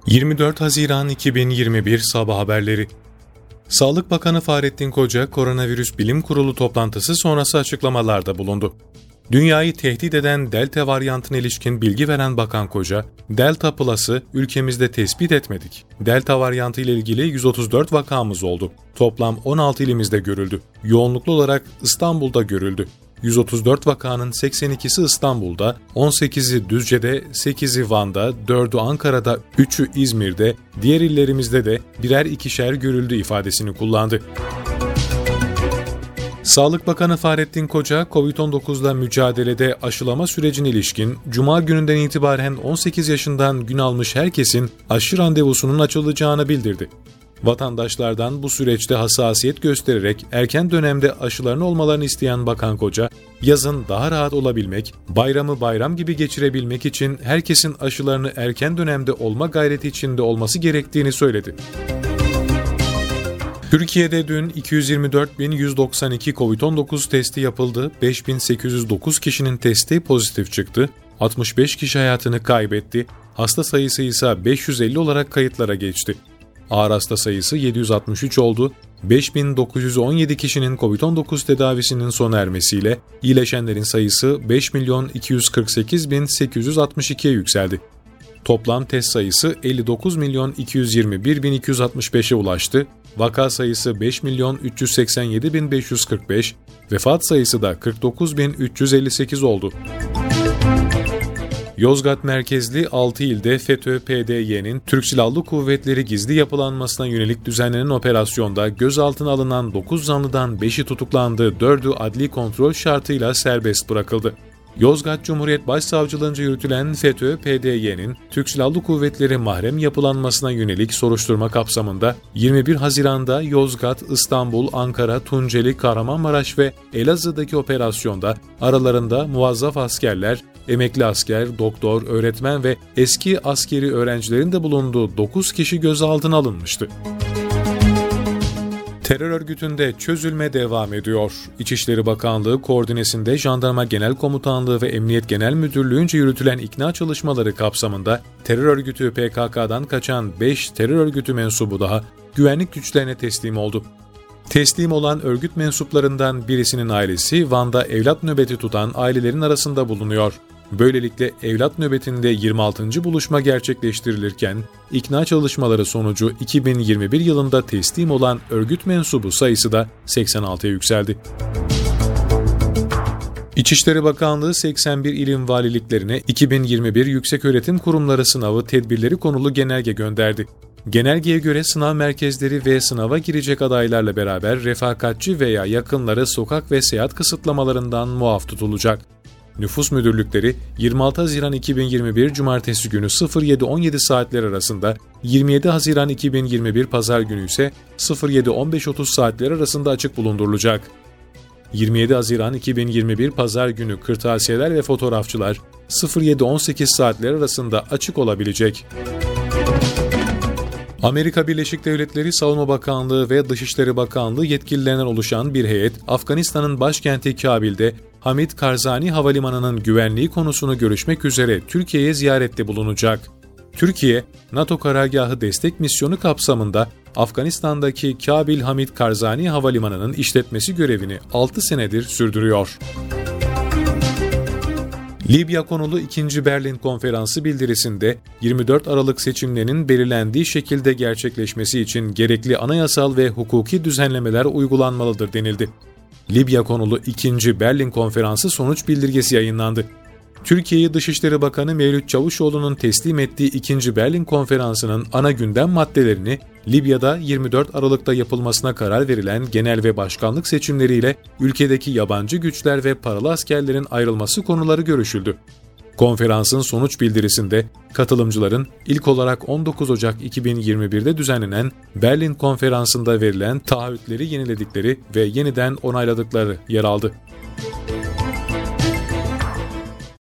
24 Haziran 2021 Sabah haberleri. Sağlık Bakanı Fahrettin Koca, Koronavirüs Bilim Kurulu toplantısı sonrası açıklamalarda bulundu. Dünyayı tehdit eden Delta varyantına ilişkin bilgi veren Bakan Koca, Delta Plus'ı ülkemizde tespit etmedik. Delta varyantı ile ilgili 134 vakamız oldu. Toplam 16 ilimizde görüldü. Yoğunluklu olarak İstanbul'da görüldü. 134 vakanın 82'si İstanbul'da, 18'i Düzce'de, 8'i Van'da, 4'ü Ankara'da, 3'ü İzmir'de, diğer illerimizde de birer ikişer görüldü ifadesini kullandı. Sağlık Bakanı Fahrettin Koca, COVID-19'la mücadelede aşılama sürecine ilişkin Cuma gününden itibaren 18 yaşından gün almış herkesin aşı randevusunun açılacağını bildirdi. Vatandaşlardan bu süreçte hassasiyet göstererek erken dönemde aşılarını olmalarını isteyen Bakan Koca, yazın daha rahat olabilmek, bayramı bayram gibi geçirebilmek için herkesin aşılarını erken dönemde olma gayreti içinde olması gerektiğini söyledi. Türkiye'de dün 224.192 COVID-19 testi yapıldı, 5.809 kişinin testi pozitif çıktı, 65 kişi hayatını kaybetti, hasta sayısı ise 550 olarak kayıtlara geçti. Ağır hasta sayısı 763 oldu, 5.917 kişinin COVID-19 tedavisinin sona ermesiyle iyileşenlerin sayısı 5.248.862'ye yükseldi. Toplam test sayısı 59.221.265'e ulaştı, vaka sayısı 5.387.545, vefat sayısı da 49.358 oldu. Yozgat merkezli 6 ilde FETÖ-PDY'nin Türk Silahlı Kuvvetleri gizli yapılanmasına yönelik düzenlenen operasyonda gözaltına alınan 9 zanlıdan 5'i tutuklandı, 4'ü adli kontrol şartıyla serbest bırakıldı. Yozgat Cumhuriyet Başsavcılığınca yürütülen FETÖ-PDY'nin Türk Silahlı Kuvvetleri mahrem yapılanmasına yönelik soruşturma kapsamında 21 Haziran'da Yozgat, İstanbul, Ankara, Tunceli, Kahramanmaraş ve Elazığ'daki operasyonda aralarında muvazzaf askerler, emekli asker, doktor, öğretmen ve eski askeri öğrencilerin de bulunduğu 9 kişi gözaltına alınmıştı. Terör örgütünde çözülme devam ediyor. İçişleri Bakanlığı koordinesinde Jandarma Genel Komutanlığı ve Emniyet Genel Müdürlüğü'nce yürütülen ikna çalışmaları kapsamında terör örgütü PKK'dan kaçan 5 terör örgütü mensubu daha güvenlik güçlerine teslim oldu. Teslim olan örgüt mensuplarından birisinin ailesi Van'da evlat nöbeti tutan ailelerin arasında bulunuyor. Böylelikle evlat nöbetinde 26. buluşma gerçekleştirilirken, ikna çalışmaları sonucu 2021 yılında teslim olan örgüt mensubu sayısı da 86'ya yükseldi. İçişleri Bakanlığı 81 ilin valiliklerine 2021 Yükseköğretim Kurumları sınavı tedbirleri konulu genelge gönderdi. Genelgeye göre sınav merkezleri ve sınava girecek adaylarla beraber refakatçi veya yakınları sokak ve seyahat kısıtlamalarından muaf tutulacak. Nüfus müdürlükleri 26 Haziran 2021 Cumartesi günü 07-17 saatler arasında, 27 Haziran 2021 Pazar günü ise 07-15-30 saatler arasında açık bulundurulacak. 27 Haziran 2021 Pazar günü kırtasiyeler ve fotoğrafçılar 07-18 saatler arasında açık olabilecek. Amerika Birleşik Devletleri Savunma Bakanlığı ve Dışişleri Bakanlığı yetkililerinden oluşan bir heyet, Afganistan'ın başkenti Kabil'de Hamid Karzai Havalimanı'nın güvenliği konusunu görüşmek üzere Türkiye'ye ziyarette bulunacak. Türkiye, NATO karargahı destek misyonu kapsamında Afganistan'daki Kabil Hamid Karzai Havalimanı'nın işletmesi görevini 6 senedir sürdürüyor. Libya konulu 2. Berlin Konferansı bildirisinde 24 Aralık seçimlerinin belirlendiği şekilde gerçekleşmesi için gerekli anayasal ve hukuki düzenlemeler uygulanmalıdır denildi. Libya konulu 2. Berlin Konferansı sonuç bildirgesi yayınlandı. Türkiye Dışişleri Bakanı Mevlüt Çavuşoğlu'nun teslim ettiği 2. Berlin Konferansı'nın ana gündem maddelerini Libya'da 24 Aralık'ta yapılmasına karar verilen genel ve başkanlık seçimleriyle ülkedeki yabancı güçler ve paralı askerlerin ayrılması konuları görüşüldü. Konferansın sonuç bildirisinde katılımcıların ilk olarak 19 Ocak 2021'de düzenlenen Berlin Konferansı'nda verilen taahhütleri yeniledikleri ve yeniden onayladıkları yer aldı.